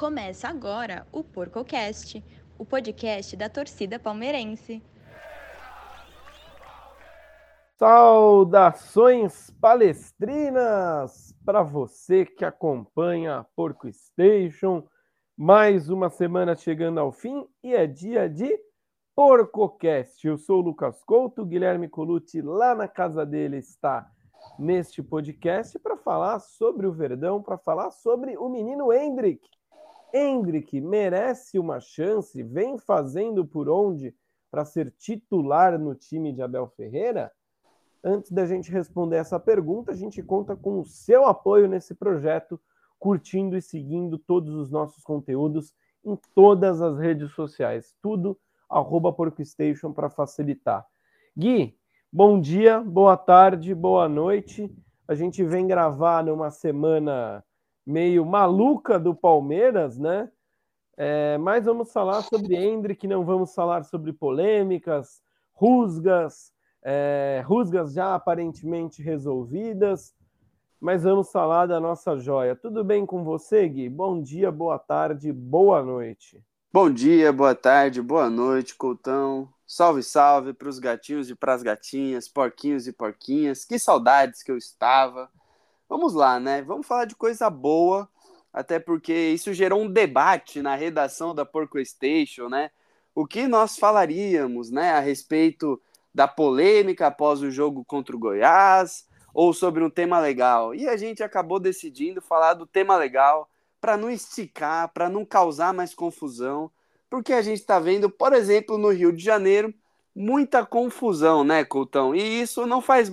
Começa agora o PorcoCast, o podcast da torcida palmeirense. Saudações palestrinas para você que acompanha a Porco Station. Mais uma semana chegando ao fim e é dia de PorcoCast. Eu sou o Lucas Couto, o Guilherme Colucci lá na casa dele está neste podcast para falar sobre o Verdão, para falar sobre o menino Endrick. Endrick merece uma chance, vem fazendo por onde para ser titular no time de Abel Ferreira? Antes da gente responder essa pergunta, a gente conta com o seu apoio nesse projeto, curtindo e seguindo todos os nossos conteúdos em todas as redes sociais. Tudo @PorcoStation para facilitar. Gui, bom dia, boa tarde, boa noite. A gente vem gravar numa semana meio maluca do Palmeiras, né? Mas vamos falar sobre Endrick, não vamos falar sobre polêmicas, rusgas já aparentemente resolvidas, mas vamos falar da nossa joia. Tudo bem com você, Gui? Bom dia, boa tarde, boa noite. Bom dia, boa tarde, boa noite, Coutão. Salve, salve para os gatinhos e para as gatinhas, porquinhos e porquinhas. Que saudades que eu estava. Vamos lá, né? Vamos falar de coisa boa, até porque isso gerou um debate na redação da Porco Station, né? O que nós falaríamos, né, a respeito da polêmica após o jogo contra o Goiás ou sobre um tema legal. E a gente acabou decidindo falar do tema legal para não esticar, para não causar mais confusão, porque a gente está vendo, por exemplo, no Rio de Janeiro, muita confusão, né, Coutão? E isso não faz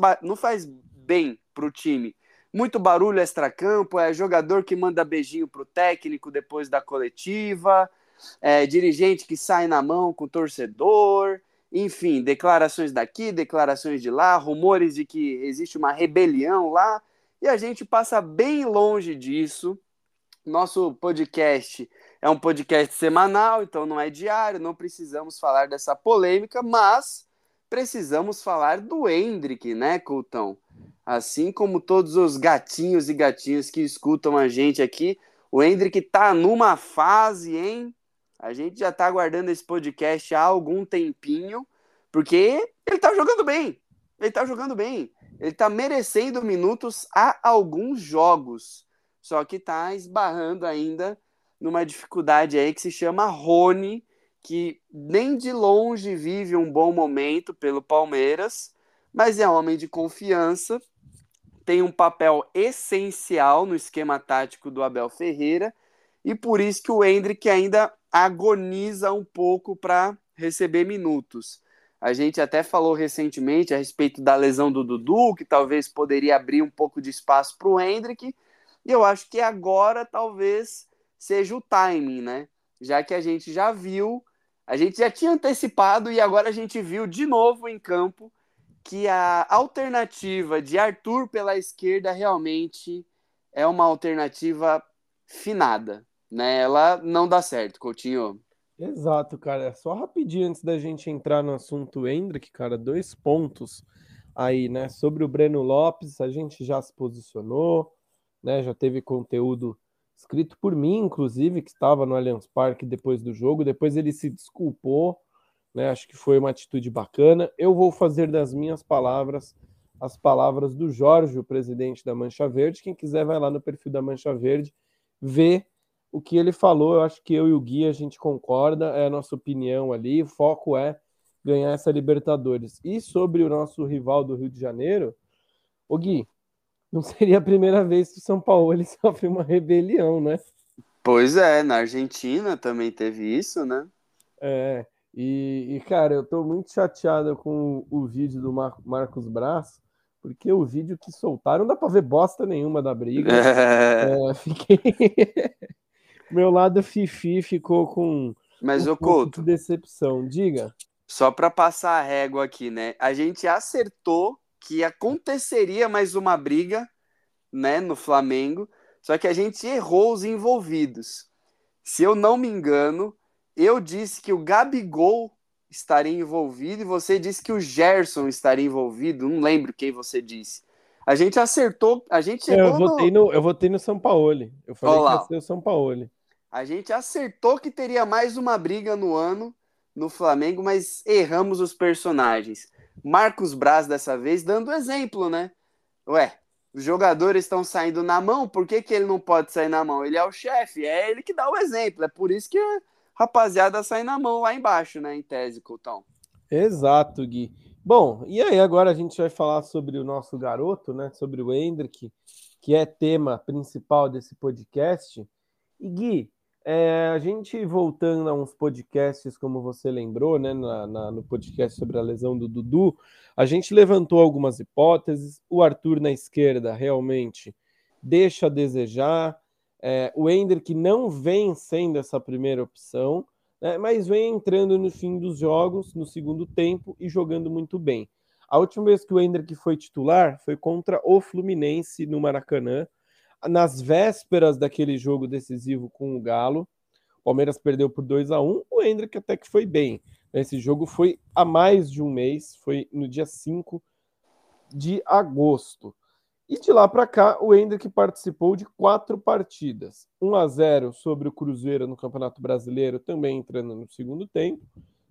bem para o time. Muito barulho extracampo, jogador que manda beijinho pro técnico depois da coletiva, dirigente que sai na mão com o torcedor, enfim, declarações daqui, declarações de lá, rumores de que existe uma rebelião lá, e a gente passa bem longe disso. Nosso podcast é um podcast semanal, então não é diário, não precisamos falar dessa polêmica, mas precisamos falar do Endrick, né, Coutão? Assim como todos os gatinhos e gatinhas que escutam a gente aqui, o Endrick tá numa fase, hein? A gente já tá aguardando esse podcast há algum tempinho, porque ele tá jogando bem. Ele tá jogando bem. Ele tá merecendo minutos a alguns jogos. Só que tá esbarrando ainda numa dificuldade aí que se chama Rony, que nem de longe vive um bom momento pelo Palmeiras, mas é homem de confiança, tem um papel essencial no esquema tático do Abel Ferreira, e por isso que o Endrick ainda agoniza um pouco para receber minutos. A gente até falou recentemente a respeito da lesão do Dudu, que talvez poderia abrir um pouco de espaço para o Endrick, e eu acho que agora talvez seja o timing, né? Já que a gente já viu, a gente já tinha antecipado e agora a gente viu de novo em campo que a alternativa de Arthur pela esquerda realmente é uma alternativa finada, né? Ela não dá certo, Coutinho. Exato, cara. Só rapidinho antes da gente entrar no assunto Endrick, cara, 2 pontos aí, né? Sobre o Breno Lopes, a gente já se posicionou, né? Já teve conteúdo escrito por mim, inclusive, que estava no Allianz Parque depois do jogo. Depois ele se desculpou, né? Acho que foi uma atitude bacana. Eu vou fazer das minhas palavras as palavras do Jorge, o presidente da Mancha Verde. Quem quiser vai lá no perfil da Mancha Verde, ver o que ele falou. Eu acho que eu e o Gui a gente concorda, é a nossa opinião ali. O foco é ganhar essa Libertadores. E sobre o nosso rival do Rio de Janeiro, o Gui, não seria a primeira vez que o São Paulo ele sofre uma rebelião, né? Pois é, na Argentina também teve isso, né? Cara, eu tô muito chateado com o vídeo do Marcos Braz, porque o vídeo que soltaram não dá pra ver bosta nenhuma da briga. Fiquei... Meu lado fifi ficou com Mas, um pouco de decepção. Diga. Só para passar a régua aqui, né? A gente acertou que aconteceria mais uma briga, né, no Flamengo, só que a gente errou os envolvidos. Se eu não me engano, eu disse que o Gabigol estaria envolvido e você disse que o Gerson estaria envolvido. Não lembro quem você disse. A gente acertou, a gente chegou eu votei no Sampaoli. Eu falei que ia ser o Sampaoli. A gente acertou que teria mais uma briga no ano no Flamengo, mas erramos os personagens. Marcos Braz dessa vez dando exemplo, né? Ué, os jogadores estão saindo na mão, por que ele não pode sair na mão? Ele é o chefe, é ele que dá o exemplo. É por isso que a rapaziada sai na mão lá embaixo, né? Em tese, Coutão. Exato, Gui. Bom, e aí agora a gente vai falar sobre o nosso garoto, né? Sobre o Endrick, que é tema principal desse podcast. E Gui, a gente voltando a uns podcasts, como você lembrou, né? No podcast sobre a lesão do Dudu, a gente levantou algumas hipóteses. O Arthur na esquerda realmente deixa a desejar. O Endrick não vem sendo essa primeira opção, né, mas vem entrando no fim dos jogos, no segundo tempo, e jogando muito bem. A última vez que o Endrick foi titular foi contra o Fluminense no Maracanã, nas vésperas daquele jogo decisivo com o Galo. O Palmeiras perdeu por 2-1, o Endrick até que foi bem. Esse jogo foi há mais de um mês, foi no dia 5 de agosto. E de lá para cá, o Endrick participou de 4 partidas. 1-0 sobre o Cruzeiro no Campeonato Brasileiro, também entrando no segundo tempo.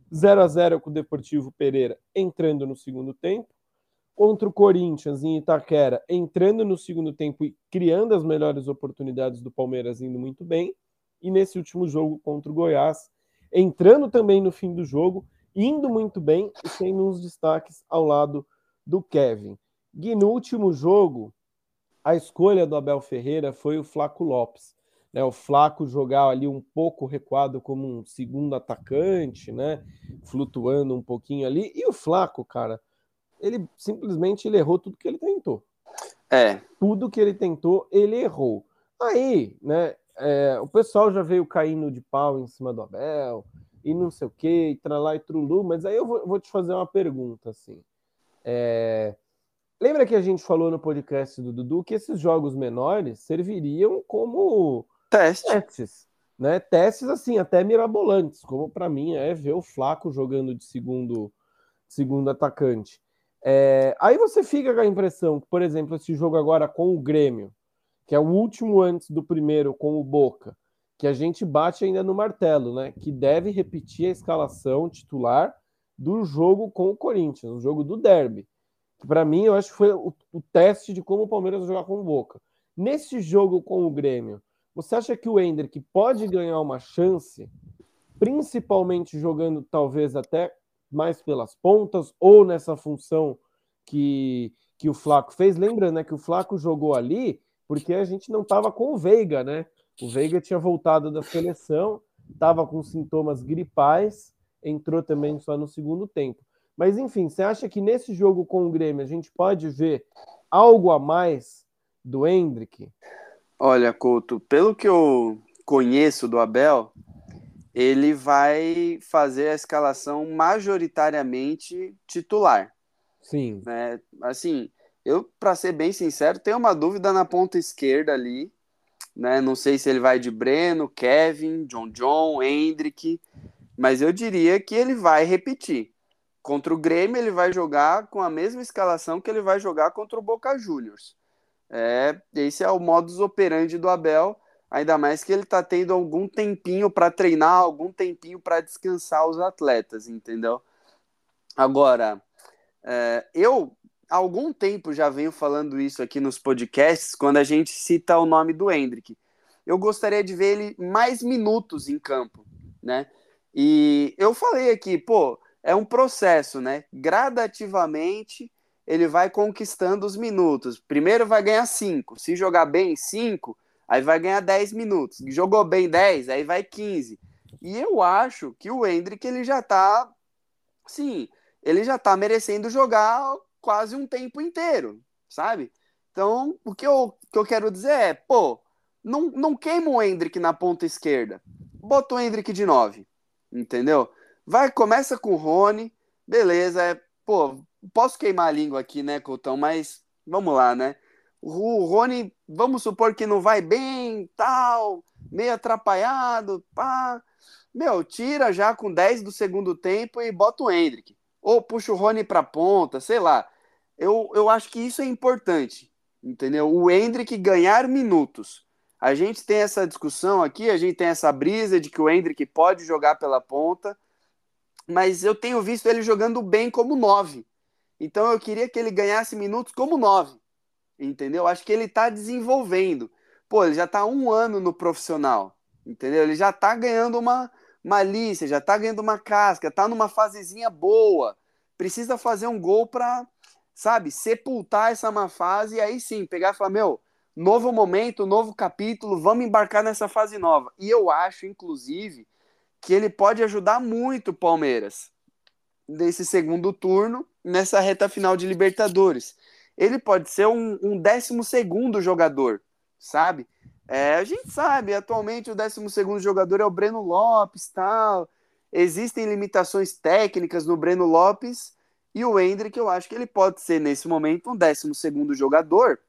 0-0 com o Deportivo Pereira, entrando no segundo tempo. Contra o Corinthians, em Itaquera, entrando no segundo tempo e criando as melhores oportunidades do Palmeiras, indo muito bem. E nesse último jogo contra o Goiás, entrando também no fim do jogo, indo muito bem e tendo uns destaques ao lado do Kevin. Gui, no último jogo, a escolha do Abel Ferreira foi o Flaco Lopes. Né? O Flaco jogar ali um pouco recuado como um segundo atacante, né? Flutuando um pouquinho ali. E o Flaco, cara, ele simplesmente errou tudo que ele tentou. Tudo que ele tentou, ele errou. Aí, né, o pessoal já veio caindo de pau em cima do Abel, e não sei o que, e tralá e trulu, mas aí eu vou te fazer uma pergunta, assim. Lembra que a gente falou no podcast do Dudu que esses jogos menores serviriam como testes, né? Testes, assim, até mirabolantes, como para mim é ver o Flaco jogando de segundo atacante. Aí você fica com a impressão que, por exemplo, esse jogo agora com o Grêmio, que é o último antes do primeiro com o Boca, que a gente bate ainda no martelo, né? Que deve repetir a escalação titular do jogo com o Corinthians, o jogo do derby. Que para mim, eu acho que foi o teste de como o Palmeiras vai jogar com o Boca. Nesse jogo com o Grêmio, você acha que o Endrick pode ganhar uma chance, principalmente jogando talvez até mais pelas pontas ou nessa função que o Flaco fez? Lembrando, né, que o Flaco jogou ali porque a gente não estava com o Veiga, né? O Veiga tinha voltado da seleção, estava com sintomas gripais, entrou também só no segundo tempo. Mas, enfim, você acha que nesse jogo com o Grêmio a gente pode ver algo a mais do Endrick? Olha, Couto, pelo que eu conheço do Abel, ele vai fazer a escalação majoritariamente titular. Sim. Né? Assim, eu, para ser bem sincero, tenho uma dúvida na ponta esquerda ali. Né? Não sei se ele vai de Breno, Kevin, John, Endrick, mas eu diria que ele vai repetir. Contra o Grêmio, ele vai jogar com a mesma escalação que ele vai jogar contra o Boca Juniors. Esse é o modus operandi do Abel, ainda mais que ele está tendo algum tempinho para treinar, algum tempinho para descansar os atletas, entendeu? Agora, eu há algum tempo já venho falando isso aqui nos podcasts, quando a gente cita o nome do Endrick. Eu gostaria de ver ele mais minutos em campo, né? E eu falei aqui, é um processo, né? Gradativamente ele vai conquistando os minutos. Primeiro vai ganhar 5. Se jogar bem 5, aí vai ganhar 10 minutos. Jogou bem 10, aí vai 15. E eu acho que o Endrick, ele já tá, sim, ele já tá merecendo jogar quase um tempo inteiro, sabe? Então, o que eu quero dizer é, não queima o Endrick na ponta esquerda. Bota o Endrick de 9, entendeu? Começa com o Rony, beleza, posso queimar a língua aqui, né, Coutão, mas vamos lá, né? O Rony, vamos supor que não vai bem, tal, meio atrapalhado, pá. Tira já com 10 do segundo tempo e bota o Endrick. Ou puxa o Rony pra ponta, sei lá. Eu acho que isso é importante, entendeu? O Endrick ganhar minutos. A gente tem essa discussão aqui, a gente tem essa brisa de que o Endrick pode jogar pela ponta, mas eu tenho visto ele jogando bem como 9. Então eu queria que ele ganhasse minutos como 9, entendeu? Acho que ele está desenvolvendo. Pô, ele já está 1 ano no profissional, entendeu? Ele já está ganhando uma malícia, já está ganhando uma casca, está numa fasezinha boa. Precisa fazer um gol para, sabe, sepultar essa má fase e aí sim, pegar e falar, meu, novo momento, novo capítulo, vamos embarcar nessa fase nova. E eu acho, inclusive, que ele pode ajudar muito o Palmeiras nesse segundo turno, nessa reta final de Libertadores. Ele pode ser um 12º jogador, sabe? A gente sabe, atualmente o 12º jogador é o Breno Lopes, tal. Existem limitações técnicas no Breno Lopes e o Endrick, eu acho que ele pode ser, nesse momento, um 12º jogador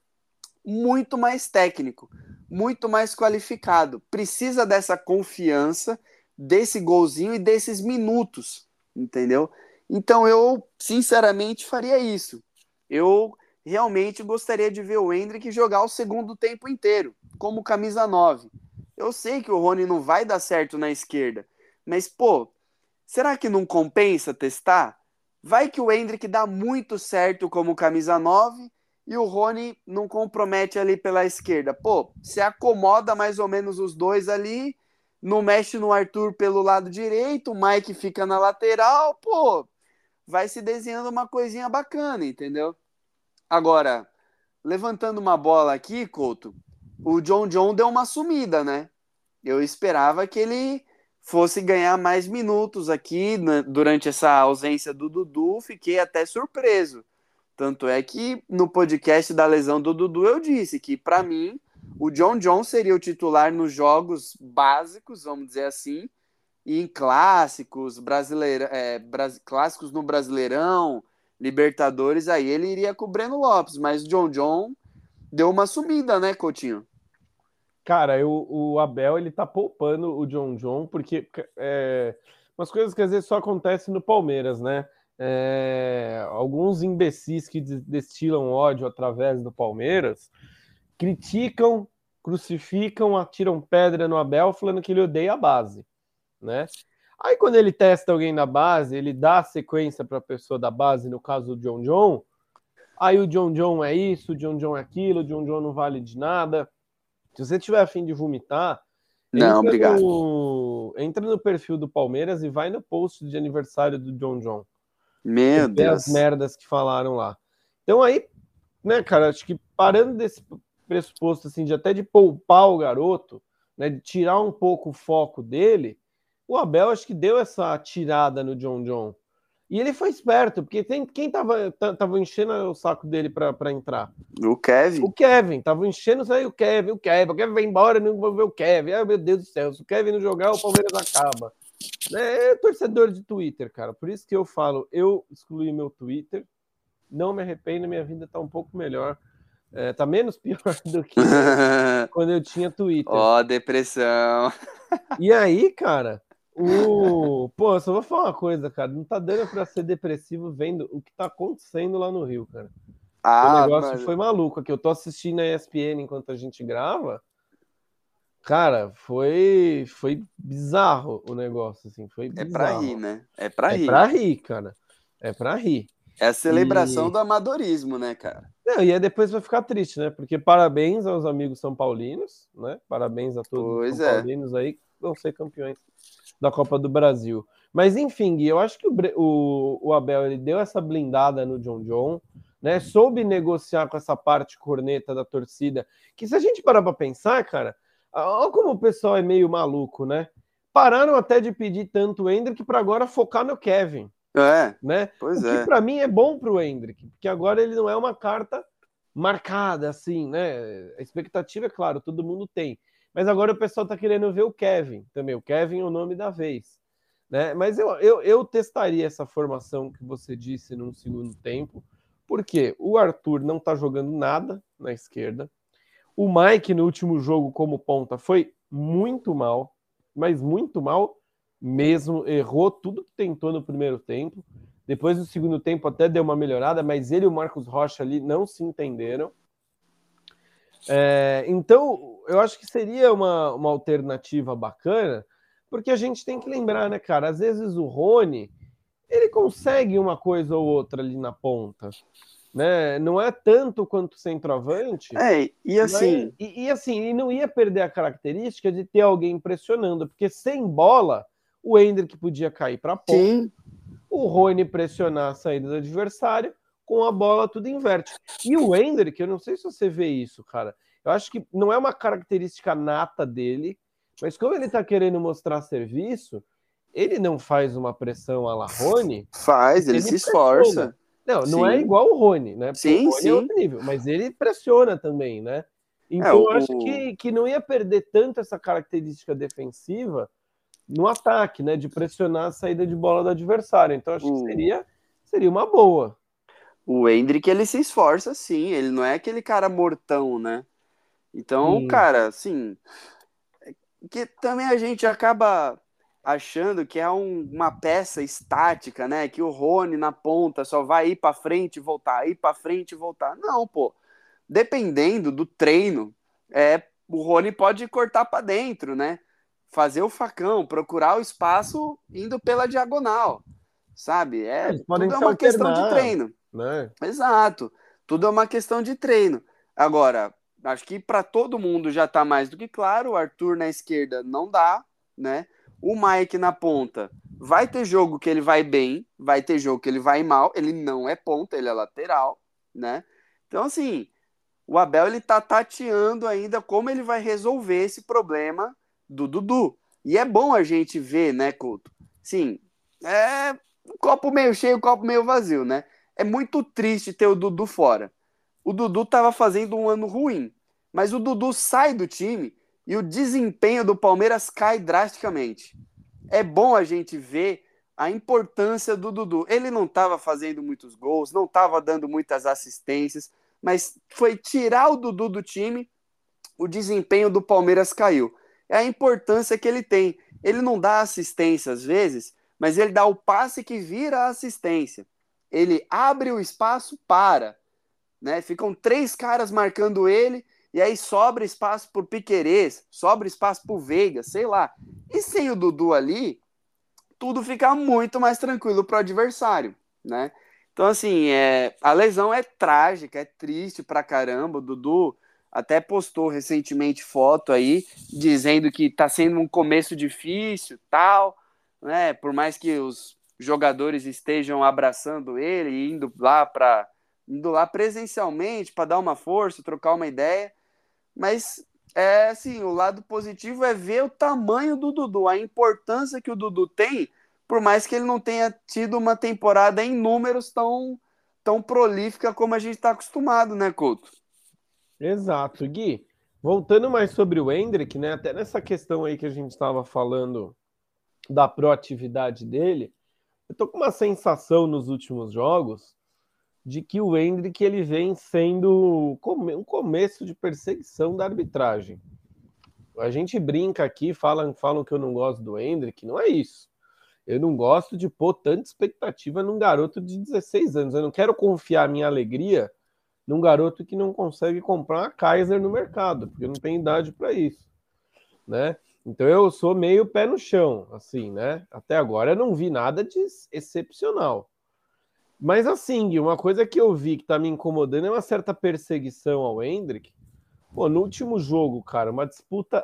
muito mais técnico, muito mais qualificado. Precisa dessa confiança, desse golzinho e desses minutos, entendeu? Então eu, sinceramente, faria isso. Eu realmente gostaria de ver o Endrick jogar o segundo tempo inteiro, como camisa 9. Eu sei que o Rony não vai dar certo na esquerda, mas, pô, será que não compensa testar? Vai que o Endrick dá muito certo como camisa 9 e o Rony não compromete ali pela esquerda. Pô, se acomoda mais ou menos os dois ali, não mexe no Arthur pelo lado direito, o Mike fica na lateral, pô, vai se desenhando uma coisinha bacana, entendeu? Agora, levantando uma bola aqui, Couto, o John deu uma sumida, né? Eu esperava que ele fosse ganhar mais minutos aqui, né, durante essa ausência do Dudu, fiquei até surpreso. Tanto é que no podcast da lesão do Dudu eu disse que, para mim, o John seria o titular nos jogos básicos, vamos dizer assim, e em clássicos, clássicos no Brasileirão, Libertadores, aí ele iria com o Breno Lopes, mas o John deu uma sumida, né, Coutinho? Cara, o Abel, ele tá poupando o John, porque umas coisas que às vezes só acontecem no Palmeiras, né? Alguns imbecis que destilam ódio através do Palmeiras criticam, crucificam, atiram pedra no Abel falando que ele odeia a base, né? Aí quando ele testa alguém na base, ele dá sequência para a pessoa da base, no caso do John, aí o John é isso, o John é aquilo, o John não vale de nada. Se você tiver a fim de vomitar, Não, obrigado. entra no perfil do Palmeiras e vai no post de aniversário do John. Meu Vê as Deus. merdas que falaram lá. Então aí, né, cara, acho que parando desse pressuposto assim, de até de poupar o garoto, né, de tirar um pouco o foco dele, o Abel acho que deu essa tirada no John. E ele foi esperto, porque quem tava enchendo o saco dele para entrar? O Kevin. O Kevin, tava enchendo o Kevin vai embora, não vou ver o Kevin. Ai, meu Deus do céu, se o Kevin não jogar, o Palmeiras acaba. É torcedor de Twitter, cara. Por isso que eu falo, eu excluí meu Twitter, não me arrependo, minha vida tá um pouco melhor. Tá menos pior do que quando eu tinha Twitter. Ó, depressão. E aí, cara, pô, só vou falar uma coisa, cara. Não tá dando pra ser depressivo vendo o que tá acontecendo lá no Rio, cara. O negócio Mano. foi maluco aqui. Eu tô assistindo a ESPN enquanto a gente grava. Cara, foi bizarro o negócio, assim. Foi bizarro. É pra rir, né? É pra rir. É pra rir, cara. É pra rir. É a celebração do amadorismo, né, cara? Não, e aí depois vai ficar triste, né? Porque parabéns aos amigos são paulinos, né? Parabéns a todos os são paulinos aí que vão ser campeões da Copa do Brasil. Mas enfim, Gui, eu acho que o Abel ele deu essa blindada no John, né? Soube negociar com essa parte corneta da torcida, que se a gente parar pra pensar, cara, olha como o pessoal é meio maluco, né? Pararam até de pedir tanto o Endrick para agora focar no Kevin. Né? Pois o que para mim é bom para o Endrick, porque agora ele não é uma carta marcada assim, né? A expectativa, é claro, todo mundo tem. Mas agora o pessoal está querendo ver o Kevin também. O Kevin é o nome da vez. Né? Mas eu testaria essa formação que você disse num segundo tempo, porque o Arthur não está jogando nada na esquerda. O Mike, no último jogo como ponta, foi muito mal, mas muito mal mesmo. Errou tudo que tentou no primeiro tempo. Depois do segundo tempo até deu uma melhorada, mas ele e o Marcos Rocha ali não se entenderam. Então, eu acho que seria uma alternativa bacana, porque a gente tem que lembrar, né, cara? Às vezes o Rony, ele consegue uma coisa ou outra ali na ponta, né? Não é tanto quanto centroavante, E assim... e assim, ele não ia perder a característica de ter alguém pressionando, porque sem bola, o Endrick podia cair para a ponta, Sim, o Rony pressionar a saída do adversário, com a bola tudo inverte. E o Endrick, eu não sei se você vê isso, cara, eu acho que não é uma característica nata dele, mas como ele tá querendo mostrar serviço, ele não faz uma pressão à la Rony, faz, ele ele se pressiona. esforça. Não é Sim, igual o Rony, né? Porque o sim, Rony é sim. outro nível, mas ele pressiona também, né? É, Então eu acho que não ia perder tanto essa característica defensiva no ataque, né? De pressionar a saída de bola do adversário. Então acho que o, seria uma boa. o Endrick, ele se esforça, sim. Ele não é aquele cara mortão, né? Então, Sim. cara, assim, que também a gente acaba achando que é uma peça estática, né? Que o Rony na ponta só vai ir para frente e voltar, ir para frente e voltar. Não, pô. Dependendo do treino, o Rony pode cortar para dentro, né? Fazer o facão, procurar o espaço indo pela diagonal, sabe? Eles podem Tudo é se uma questão de alternar, treino. né? Exato. Tudo é uma questão de treino. Agora, acho que para todo mundo já está mais do que claro, o Arthur na esquerda não dá, né? O Mike na ponta vai ter jogo que ele vai bem, vai ter jogo que ele vai mal, ele não é ponta, ele é lateral, né? Então, assim, o Abel ele tá tateando ainda como ele vai resolver esse problema do Dudu. E é bom a gente ver, né, Couto? Sim, é um copo meio cheio, um copo meio vazio, né? É muito triste ter o Dudu fora. O Dudu tava fazendo um ano ruim, mas o Dudu sai do time e o desempenho do Palmeiras cai drasticamente. É bom a gente ver a importância do Dudu. Ele não estava fazendo muitos gols, não estava dando muitas assistências, mas foi tirar o Dudu do time, o desempenho do Palmeiras caiu. É a importância que ele tem. Ele não dá assistência às vezes, mas ele dá o passe que vira a assistência. Ele abre o espaço para, né? Ficam três caras marcando ele e aí sobra espaço por Piquerez, sobra espaço por Veiga, sei lá. E sem o Dudu ali, tudo fica muito mais tranquilo para o adversário, né? Então, assim, a lesão é trágica, é triste pra caramba. O Dudu até postou recentemente foto aí, dizendo que tá sendo um começo difícil, tal, né? Por mais que os jogadores estejam abraçando ele e indo lá presencialmente para dar uma força, trocar uma ideia, mas assim, o lado positivo é ver o tamanho do Dudu, a importância que o Dudu tem, por mais que ele não tenha tido uma temporada em números tão prolífica como a gente está acostumado, né, Couto? Exato, Gui. Voltando mais sobre o Endrick, né? Até nessa questão aí que a gente estava falando da proatividade dele, eu tô com uma sensação nos últimos jogos de que o Endrick ele vem sendo um começo de perseguição da arbitragem. A gente brinca aqui, falam que eu não gosto do Endrick, não é isso. Eu não gosto de pôr tanta expectativa num garoto de 16 anos. Eu não quero confiar minha alegria num garoto que não consegue comprar uma Kaiser no mercado, porque não tem idade para isso, né? Então eu sou meio pé no chão, assim, né? Até agora eu não vi nada de excepcional. Mas assim, Gui, uma coisa que eu vi que tá me incomodando é uma certa perseguição ao Endrick. Pô, no último jogo, cara, uma disputa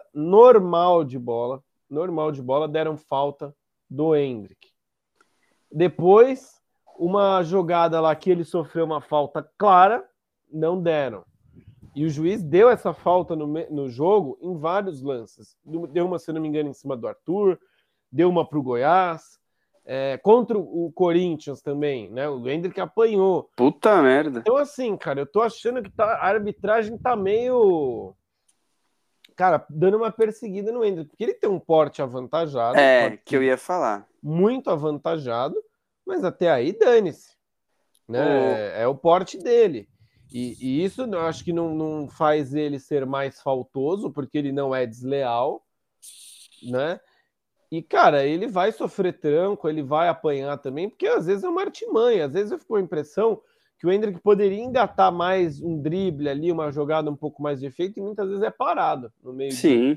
normal de bola, deram falta do Endrick. Depois, uma jogada lá que ele sofreu uma falta clara, não deram. E o juiz deu essa falta no jogo em vários lances. Deu uma, se não me engano, em cima do Arthur, deu uma para o Goiás. Contra o Corinthians também, né? O Endrick apanhou. Puta merda. Então, assim, cara, eu tô achando que a arbitragem tá meio, cara, dando uma perseguida no Endrick, porque ele tem um porte avantajado, um porte Que eu ia falar. muito avantajado, mas até aí dane-se, O, né? É o porte dele. E isso eu acho que não faz ele ser mais faltoso, porque ele não é desleal, né? E, cara, ele vai sofrer tranco, ele vai apanhar também, porque às vezes é uma artimanha, às vezes eu fico com a impressão que que o Endrick poderia engatar mais um drible ali, uma jogada um pouco mais de efeito, e muitas vezes é parado no meio de... Sim,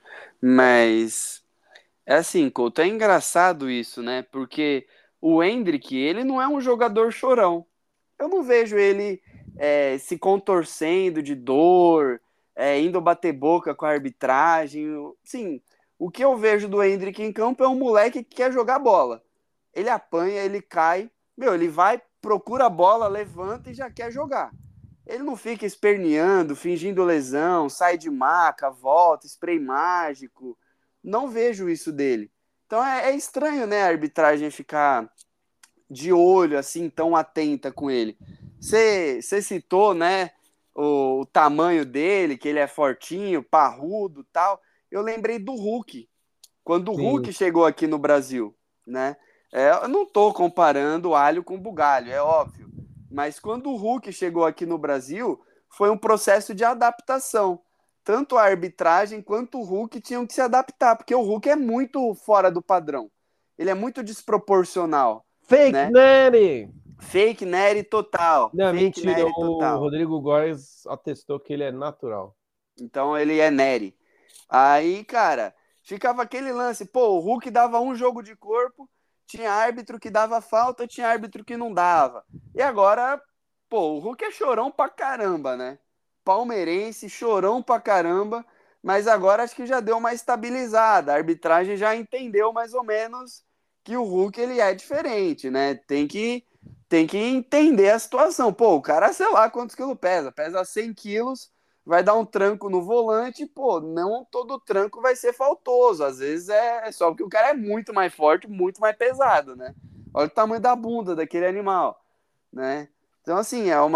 mas é assim, Couto, é engraçado isso, né? Porque o Endrick, ele não é um jogador chorão. Eu não vejo ele se contorcendo de dor, indo bater boca com a arbitragem. Sim, o que eu vejo do Endrick em campo é um moleque que quer jogar bola. Ele apanha, ele cai, ele vai, procura a bola, levanta e já quer jogar. Ele não fica esperneando, fingindo lesão, sai de maca, volta, spray mágico. Não vejo isso dele. Então é estranho, né, a arbitragem ficar de olho, assim, tão atenta com ele. Você citou, né, o tamanho dele, que ele é fortinho, parrudo, tal. Eu lembrei do Hulk, quando o Sim. Hulk chegou aqui no Brasil, né? Eu não estou comparando alho com bugalho, é óbvio. Mas quando o Hulk chegou aqui no Brasil, foi um processo de adaptação. Tanto a arbitragem quanto o Hulk tinham que se adaptar, porque o Hulk é muito fora do padrão. Ele é muito desproporcional, Fake né? Nery! Fake Nery total. Não, Fake mentira, Nery o total. Rodrigo Góes atestou que ele é natural. Então ele é Nery. Aí, cara, ficava aquele lance, pô, o Hulk dava um jogo de corpo, tinha árbitro que dava falta, tinha árbitro que não dava. E agora, pô, o Hulk é chorão pra caramba, né? Palmeirense, chorão pra caramba, mas agora acho que já deu uma estabilizada. A arbitragem já entendeu mais ou menos que o Hulk ele é diferente, né? Tem que entender a situação. Pô, o cara, sei lá quantos quilos pesa, pesa 100 quilos, vai dar um tranco no volante, pô, não todo tranco vai ser faltoso. Às vezes é só porque o cara é muito mais forte, muito mais pesado, né? Olha o tamanho da bunda daquele animal, né? Então, assim, é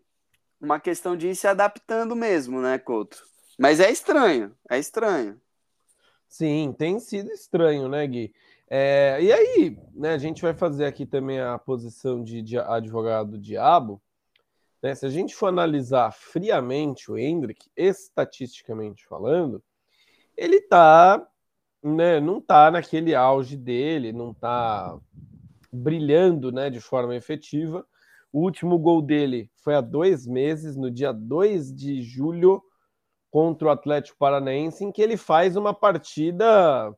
uma questão de ir se adaptando mesmo, né, Couto? Mas é estranho, é estranho. Sim, tem sido estranho, né, Gui? E aí, né, a gente vai fazer aqui também a posição de advogado diabo, né? Se a gente for analisar friamente o Endrick, estatisticamente falando, ele tá, né, não tá naquele auge dele, não tá brilhando, né, de forma efetiva. O último gol dele foi há 2 meses, no dia 2 de julho, contra o Atlético Paranaense, em que ele faz uma partida,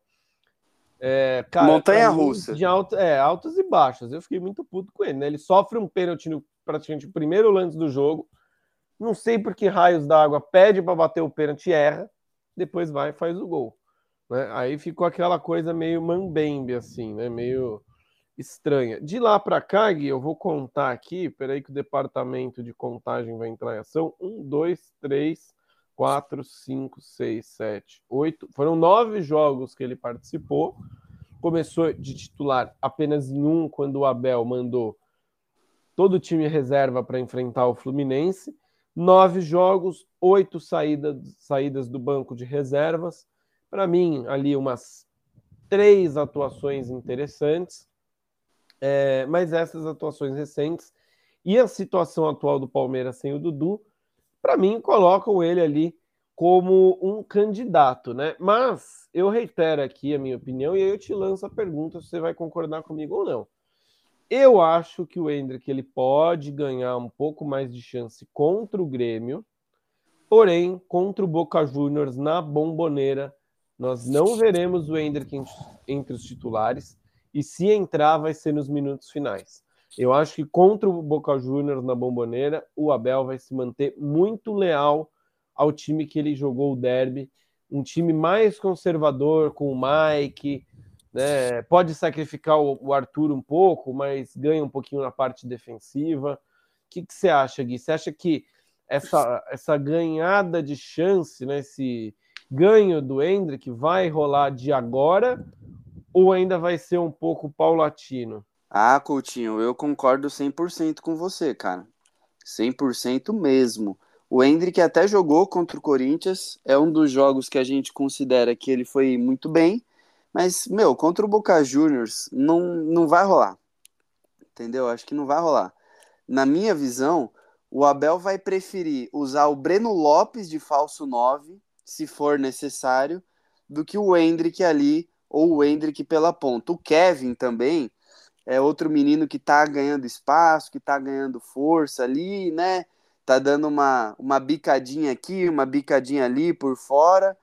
cara, para mim, Montanha-russa. de altos e baixos. Eu fiquei muito puto com ele, né? Ele sofre um pênalti no praticamente o primeiro lance do jogo. Não sei por que raios d'água pede para bater o pênalti e erra. Depois vai e faz o gol. Né? Aí ficou aquela coisa meio mambembe, assim, né? Meio estranha. De lá para cá, Gui, eu vou contar aqui. Peraí que o departamento de contagem vai entrar em ação. 1, 2, 3, 4, 5, 6, 7, 8. Foram 9 jogos que ele participou. Começou de titular apenas em um, quando o Abel mandou todo o time reserva para enfrentar o Fluminense. 9 jogos, 8 saídas do banco de reservas. Para mim, ali umas 3 atuações interessantes. Mas essas atuações recentes e a situação atual do Palmeiras sem o Dudu, para mim, colocam ele ali como um candidato, né? Mas eu reitero aqui a minha opinião e aí eu te lanço a pergunta se você vai concordar comigo ou não. Eu acho que o Endrick ele pode ganhar um pouco mais de chance contra o Grêmio, porém, contra o Boca Juniors na Bomboneira, nós não veremos o Endrick entre os titulares, e se entrar, vai ser nos minutos finais. Eu acho que contra o Boca Juniors na Bomboneira, o Abel vai se manter muito leal ao time que ele jogou o derby, um time mais conservador, com o Mike, né? Pode sacrificar o Arthur um pouco, mas ganha um pouquinho na parte defensiva. O que você acha, Gui? Você acha que essa ganhada de chance, né, esse ganho do Endrick vai rolar de agora ou ainda vai ser um pouco paulatino? Ah, Coutinho, eu concordo 100% com você, cara. 100% mesmo. O Endrick até jogou contra o Corinthians, é um dos jogos que a gente considera que ele foi muito bem, mas, contra o Boca Juniors não vai rolar, entendeu? Acho que não vai rolar. Na minha visão, o Abel vai preferir usar o Breno Lopes de falso 9, se for necessário, do que o Endrick ali, ou o Endrick pela ponta. O Kevin também, é outro menino que tá ganhando espaço, que tá ganhando força ali, né? Tá dando uma bicadinha aqui, uma bicadinha ali por fora.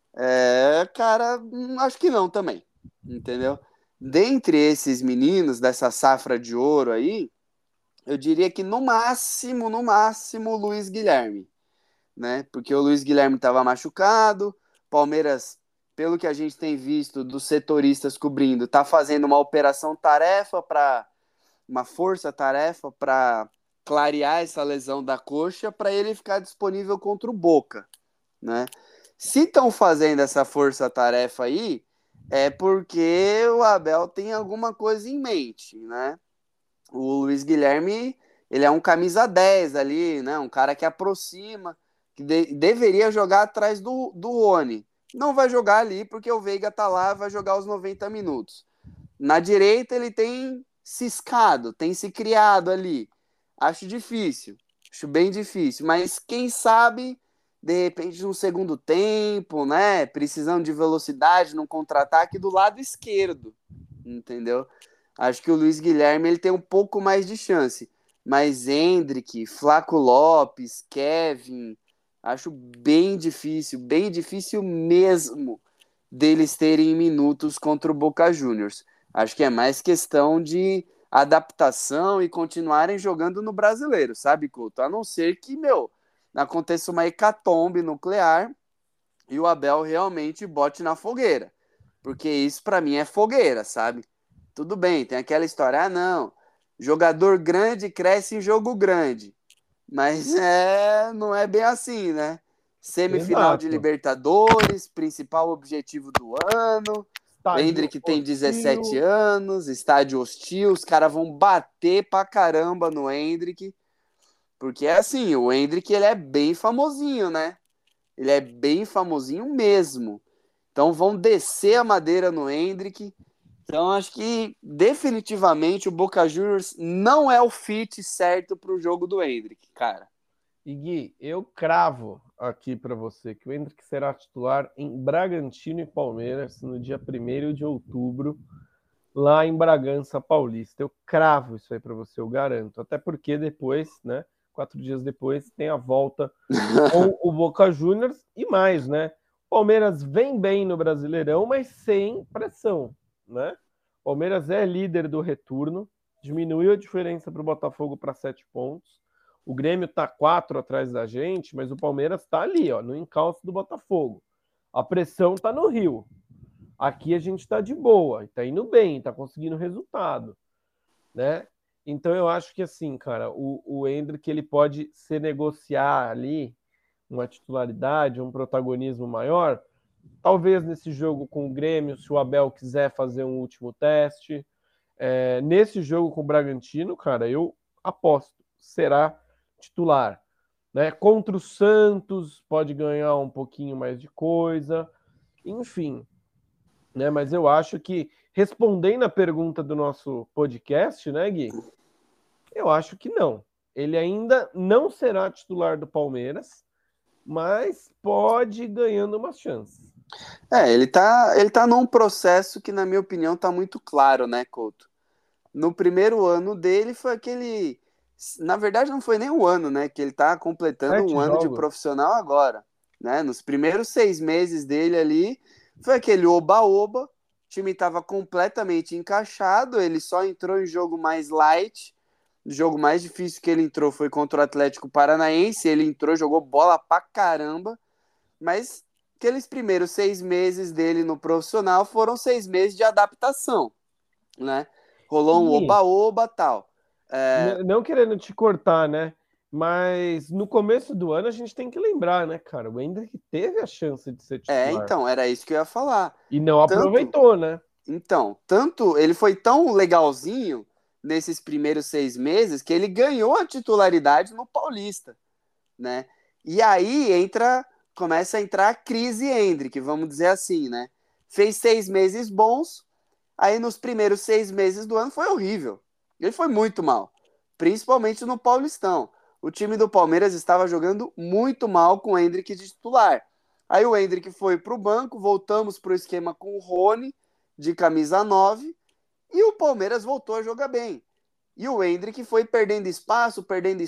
Cara, acho que não também, entendeu? Dentre esses meninos dessa safra de ouro aí, eu diria que no máximo, o Luiz Guilherme, né? Porque o Luiz Guilherme estava machucado, Palmeiras, pelo que a gente tem visto dos setoristas cobrindo, tá fazendo uma operação tarefa para uma força-tarefa para clarear essa lesão da coxa para ele ficar disponível contra o Boca, né? Se estão fazendo essa força-tarefa aí, é porque o Abel tem alguma coisa em mente, né? O Luiz Guilherme, ele é um camisa 10 ali, né? Um cara que aproxima, que deveria jogar atrás do Rony. Não vai jogar ali porque o Veiga tá lá, vai jogar os 90 minutos. Na direita ele tem ciscado, tem se criado ali. Acho difícil, acho bem difícil, mas quem sabe, de repente, no segundo tempo, né? Precisando de velocidade no contra-ataque do lado esquerdo, entendeu? Acho que o Luiz Guilherme ele tem um pouco mais de chance, mas Endrick, Flaco Lopes, Kevin, acho bem difícil mesmo deles terem minutos contra o Boca Juniors. Acho que é mais questão de adaptação e continuarem jogando no brasileiro, sabe, Couto? A não ser que, aconteça uma hecatombe nuclear e o Abel realmente bote na fogueira. Porque isso para mim é fogueira, sabe? Tudo bem, tem aquela história, não, jogador grande cresce em jogo grande. Mas não é bem assim, né? Semifinal de Exato. Libertadores, principal objetivo do ano. Estádio Endrick tem 17 hostil. anos, estádio hostil, os caras vão bater pra caramba no Endrick. Porque é assim, o Endrick ele é bem famosinho, né? Ele é bem famosinho mesmo. Então vão descer a madeira no Endrick. Então acho que definitivamente o Boca Juniors não é o fit certo pro jogo do Endrick, cara. E Gui, eu cravo aqui para você que o Endrick será titular em Bragantino e Palmeiras no dia 1º de outubro, lá em Bragança Paulista. Eu cravo isso aí para você, eu garanto. Até porque depois, né, 4 dias depois, tem a volta com o Boca Juniors e mais, né? O Palmeiras vem bem no Brasileirão, mas sem pressão, né? O Palmeiras é líder do retorno, diminuiu a diferença para o Botafogo para 7 pontos. O Grêmio está 4 atrás da gente, mas o Palmeiras está ali, ó, no encalço do Botafogo. A pressão está no Rio. Aqui a gente está de boa, está indo bem, está conseguindo resultado, né? Então eu acho que assim, cara, o Endrick ele pode se negociar ali uma titularidade, um protagonismo maior, talvez nesse jogo com o Grêmio, se o Abel quiser fazer um último teste. Nesse jogo com o Bragantino, cara, eu aposto, será titular. Né? Contra o Santos, pode ganhar um pouquinho mais de coisa, enfim. Né? Mas eu acho que, respondendo a pergunta do nosso podcast, né, Gui? Eu acho que não. Ele ainda não será titular do Palmeiras, mas pode ir ganhando umas chances. Ele tá num processo que, na minha opinião, tá muito claro, né, Couto? No primeiro ano dele foi aquele. Na verdade, não foi nem um ano, né? Que ele tá completando 7 um ano de jogos. profissional agora. Né? Nos primeiros 6 meses dele ali, foi aquele oba-oba. O time estava completamente encaixado, ele só entrou em jogo mais light. O jogo mais difícil que ele entrou foi contra o Atlético Paranaense. Ele entrou, jogou bola pra caramba. Mas aqueles primeiros 6 meses dele no profissional foram 6 meses de adaptação, né? Rolou um Gui, oba-oba tal. não querendo te cortar, né? Mas no começo do ano a gente tem que lembrar, né, cara? O Endrick teve a chance de ser titular Então, era isso que eu ia falar. e não Tanto, aproveitou, né? tanto ele foi tão legalzinho nesses primeiros 6 meses que ele ganhou a titularidade no Paulista, né? E aí começa a entrar a crise Endrick, vamos dizer assim, né? Fez 6 meses bons, aí nos primeiros 6 meses do ano foi horrível. Ele foi muito mal, principalmente no Paulistão. O time do Palmeiras estava jogando muito mal com o Endrick de titular. Aí o Endrick foi para o banco, voltamos para o esquema com o Rony, de camisa 9, e o Palmeiras voltou a jogar bem. E o Endrick foi perdendo espaço,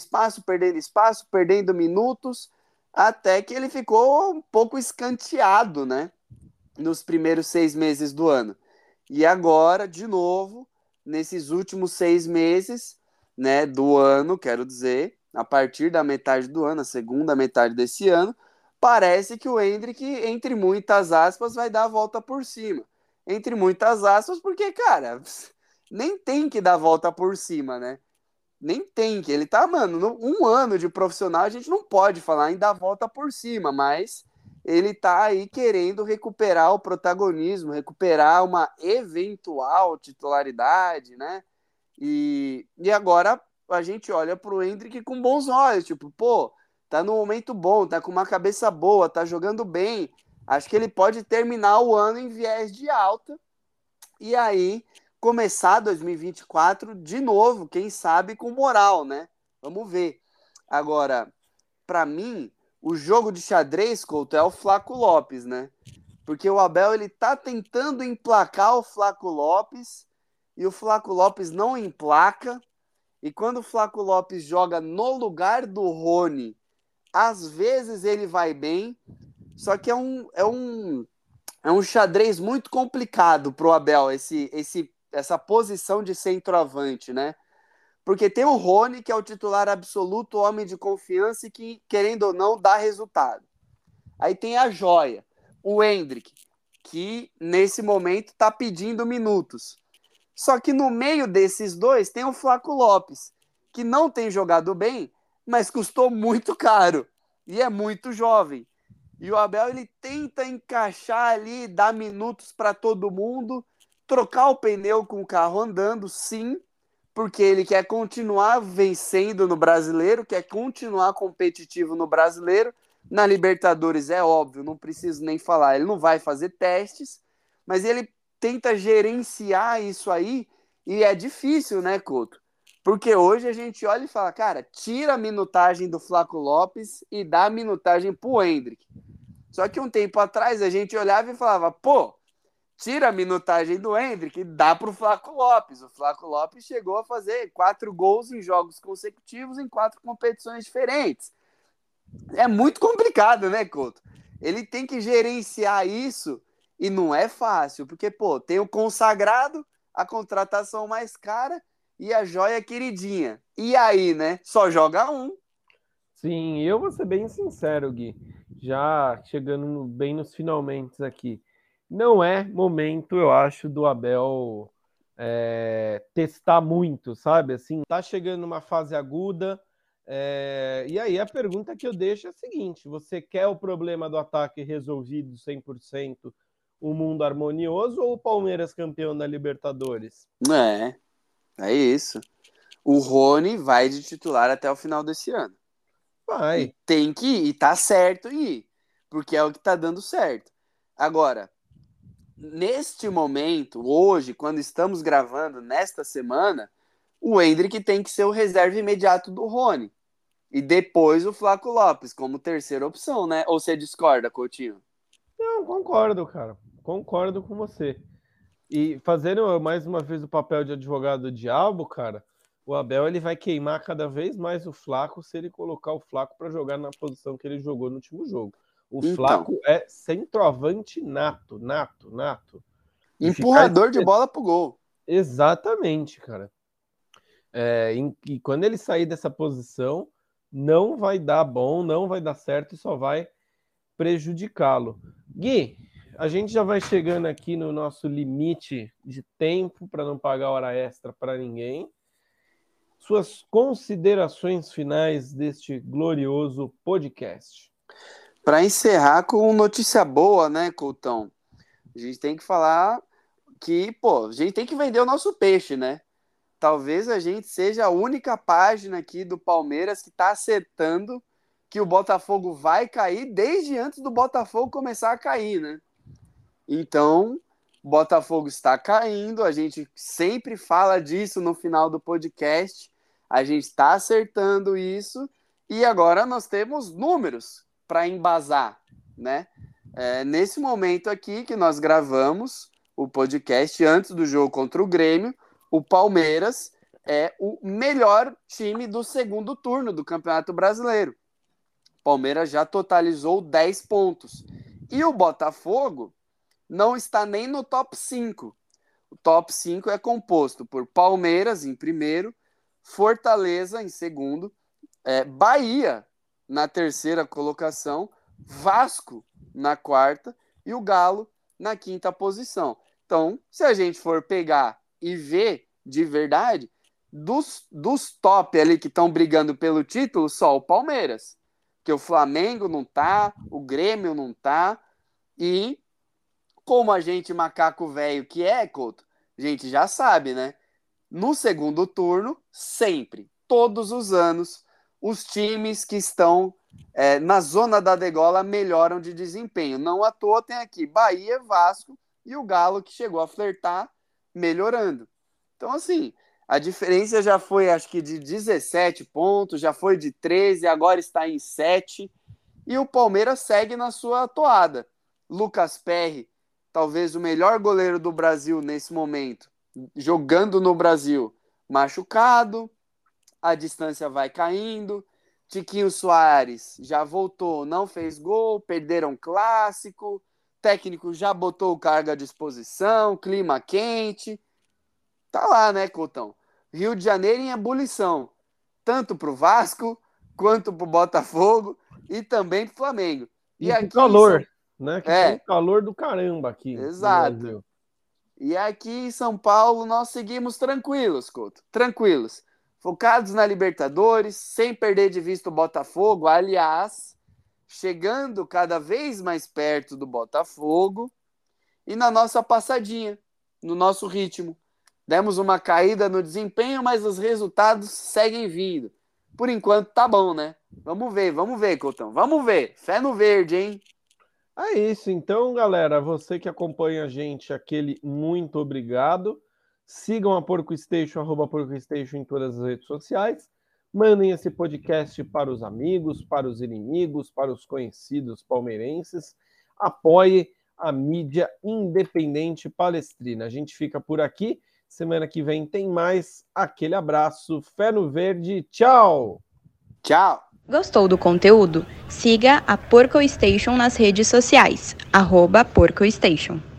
perdendo minutos, até que ele ficou um pouco escanteado, né? Nos primeiros 6 meses do ano. E agora, de novo, nesses últimos 6 meses, né, do ano, quero dizer, a partir da metade do ano, a segunda metade desse ano, parece que o Endrick, entre muitas aspas, vai dar a volta por cima. Entre muitas aspas, porque, cara, nem tem que dar a volta por cima, né? Nem tem que. Ele tá, mano, um ano de profissional, a gente não pode falar em dar a volta por cima, mas ele tá aí querendo recuperar o protagonismo, recuperar uma eventual titularidade, né? E agora a gente olha pro Endrick com bons olhos, tipo, pô, tá num momento bom, tá com uma cabeça boa, tá jogando bem. Acho que ele pode terminar o ano em viés de alta. E aí começar 2024 de novo, quem sabe com moral, né? Vamos ver. Agora, para mim, o jogo de xadrez, Couto, é o Flaco Lopes, né? Porque o Abel, ele tá tentando emplacar o Flaco Lopes e o Flaco Lopes não emplaca. E quando o Flaco Lopes joga no lugar do Rony, às vezes ele vai bem, só que é um xadrez muito complicado pro Abel, essa posição de centroavante, né? Porque tem o Rony, que é o titular absoluto, o homem de confiança e que, querendo ou não, dá resultado. Aí tem a joia, o Endrick, que nesse momento está pedindo minutos. Só que no meio desses dois tem o Flaco Lopes, que não tem jogado bem, mas custou muito caro e é muito jovem. E o Abel, ele tenta encaixar ali, dar minutos para todo mundo, trocar o pneu com o carro andando, sim, porque ele quer continuar vencendo no Brasileiro, quer continuar competitivo no Brasileiro. Na Libertadores é óbvio, não preciso nem falar, ele não vai fazer testes, mas ele tenta gerenciar isso aí e é difícil, né, Couto? Porque hoje a gente olha e fala, cara, tira a minutagem do Flaco Lopes e dá a minutagem pro Endrick. Só que um tempo atrás a gente olhava e falava, pô, tira a minutagem do Endrick e dá pro Flaco Lopes. O Flaco Lopes chegou a fazer 4 gols em jogos consecutivos em 4 competições diferentes. É muito complicado, né, Couto? Ele tem que gerenciar isso e não é fácil, porque, pô, tem o consagrado, a contratação mais cara e a joia queridinha. E aí, né? Só joga um. Sim, eu vou ser bem sincero, Gui, já chegando bem nos finalmente aqui. Não é momento, eu acho, do Abel testar muito, sabe? Assim, tá chegando numa fase aguda. E aí a pergunta que eu deixo é a seguinte: você quer o problema do ataque resolvido 100%, o mundo harmonioso ou o Palmeiras campeão da Libertadores? É isso. O Rony vai de titular até o final desse ano. Vai. E tem que ir, e tá certo em ir, porque é o que tá dando certo. Agora, neste momento, hoje, quando estamos gravando, nesta semana, o Endrick tem que ser o reserva imediato do Rony. E depois o Flaco Lopes, como terceira opção, né? Ou você discorda, Coutinho? Não, concordo, cara. Concordo com você. E fazendo mais uma vez o papel de advogado do diabo, cara, o Abel ele vai queimar cada vez mais o Flaco se ele colocar o Flaco para jogar na posição que ele jogou no último jogo. O Então, Flaco é centroavante nato, nato, nato. E ficar empurrador de bola pro gol. exatamente, cara. E quando ele sair dessa posição, não vai dar bom, não vai dar certo e só vai prejudicá-lo. Gui, a gente já vai chegando aqui no nosso limite de tempo para não pagar hora extra para ninguém. Suas considerações finais deste glorioso podcast. Para encerrar com notícia boa, né, Coutão? A gente tem que falar que, pô, a gente tem que vender o nosso peixe, né? Talvez a gente seja a única página aqui do Palmeiras que está acertando que o Botafogo vai cair desde antes do Botafogo começar a cair, né? Então, o Botafogo está caindo, a gente sempre fala disso no final do podcast, a gente está acertando isso e agora nós temos números para embasar, né? Nesse momento aqui que nós gravamos, o podcast antes do jogo contra o Grêmio, o Palmeiras é o melhor time do segundo turno do Campeonato Brasileiro. O Palmeiras já totalizou 10 pontos. E o Botafogo não está nem no top 5. O top 5 é composto por Palmeiras em primeiro, Fortaleza em segundo, Bahia na terceira colocação, Vasco na quarta e o Galo na quinta posição. Então, se a gente for pegar e ver de verdade, dos top ali que estão brigando pelo título, só o Palmeiras. Que o Flamengo não tá, o Grêmio não tá, e como a gente macaco velho que é, Couto, a gente já sabe, né? No segundo turno, sempre, todos os anos, os times que estão na zona da degola melhoram de desempenho. Não à toa tem aqui Bahia, Vasco e o Galo que chegou a flertar melhorando. Então, assim, a diferença já foi, acho que, de 17 pontos, já foi de 13, agora está em 7. E o Palmeiras segue na sua toada. Lucas Perry, talvez o melhor goleiro do Brasil nesse momento, jogando no Brasil, machucado, a distância vai caindo. Tiquinho Soares já voltou, não fez gol, perderam clássico, o técnico já botou o cargo à disposição, clima quente. Tá lá, né, Coutão? Rio de Janeiro em ebulição, tanto pro Vasco, quanto pro Botafogo e também pro Flamengo. E aqui calor, né? Que tem calor do caramba aqui. Exato. E aqui em São Paulo nós seguimos tranquilos, Couto. Tranquilos. Focados na Libertadores, sem perder de vista o Botafogo. Aliás, chegando cada vez mais perto do Botafogo e na nossa passadinha, no nosso ritmo. Demos uma caída no desempenho, mas os resultados seguem vindo. Por enquanto tá bom, né? Vamos ver, Coutão. Vamos ver. Fé no verde, hein? É isso, então, galera. Você que acompanha a gente, aquele muito obrigado. Sigam a Porco Station, @PorcoStation em todas as redes sociais. Mandem esse podcast para os amigos, para os inimigos, para os conhecidos palmeirenses. Apoie a mídia independente palestrina. A gente fica por aqui. Semana que vem tem mais. Aquele abraço. Fé no verde. Tchau! Tchau! Gostou do conteúdo? Siga a Porco Station nas redes sociais. @PorcoStation.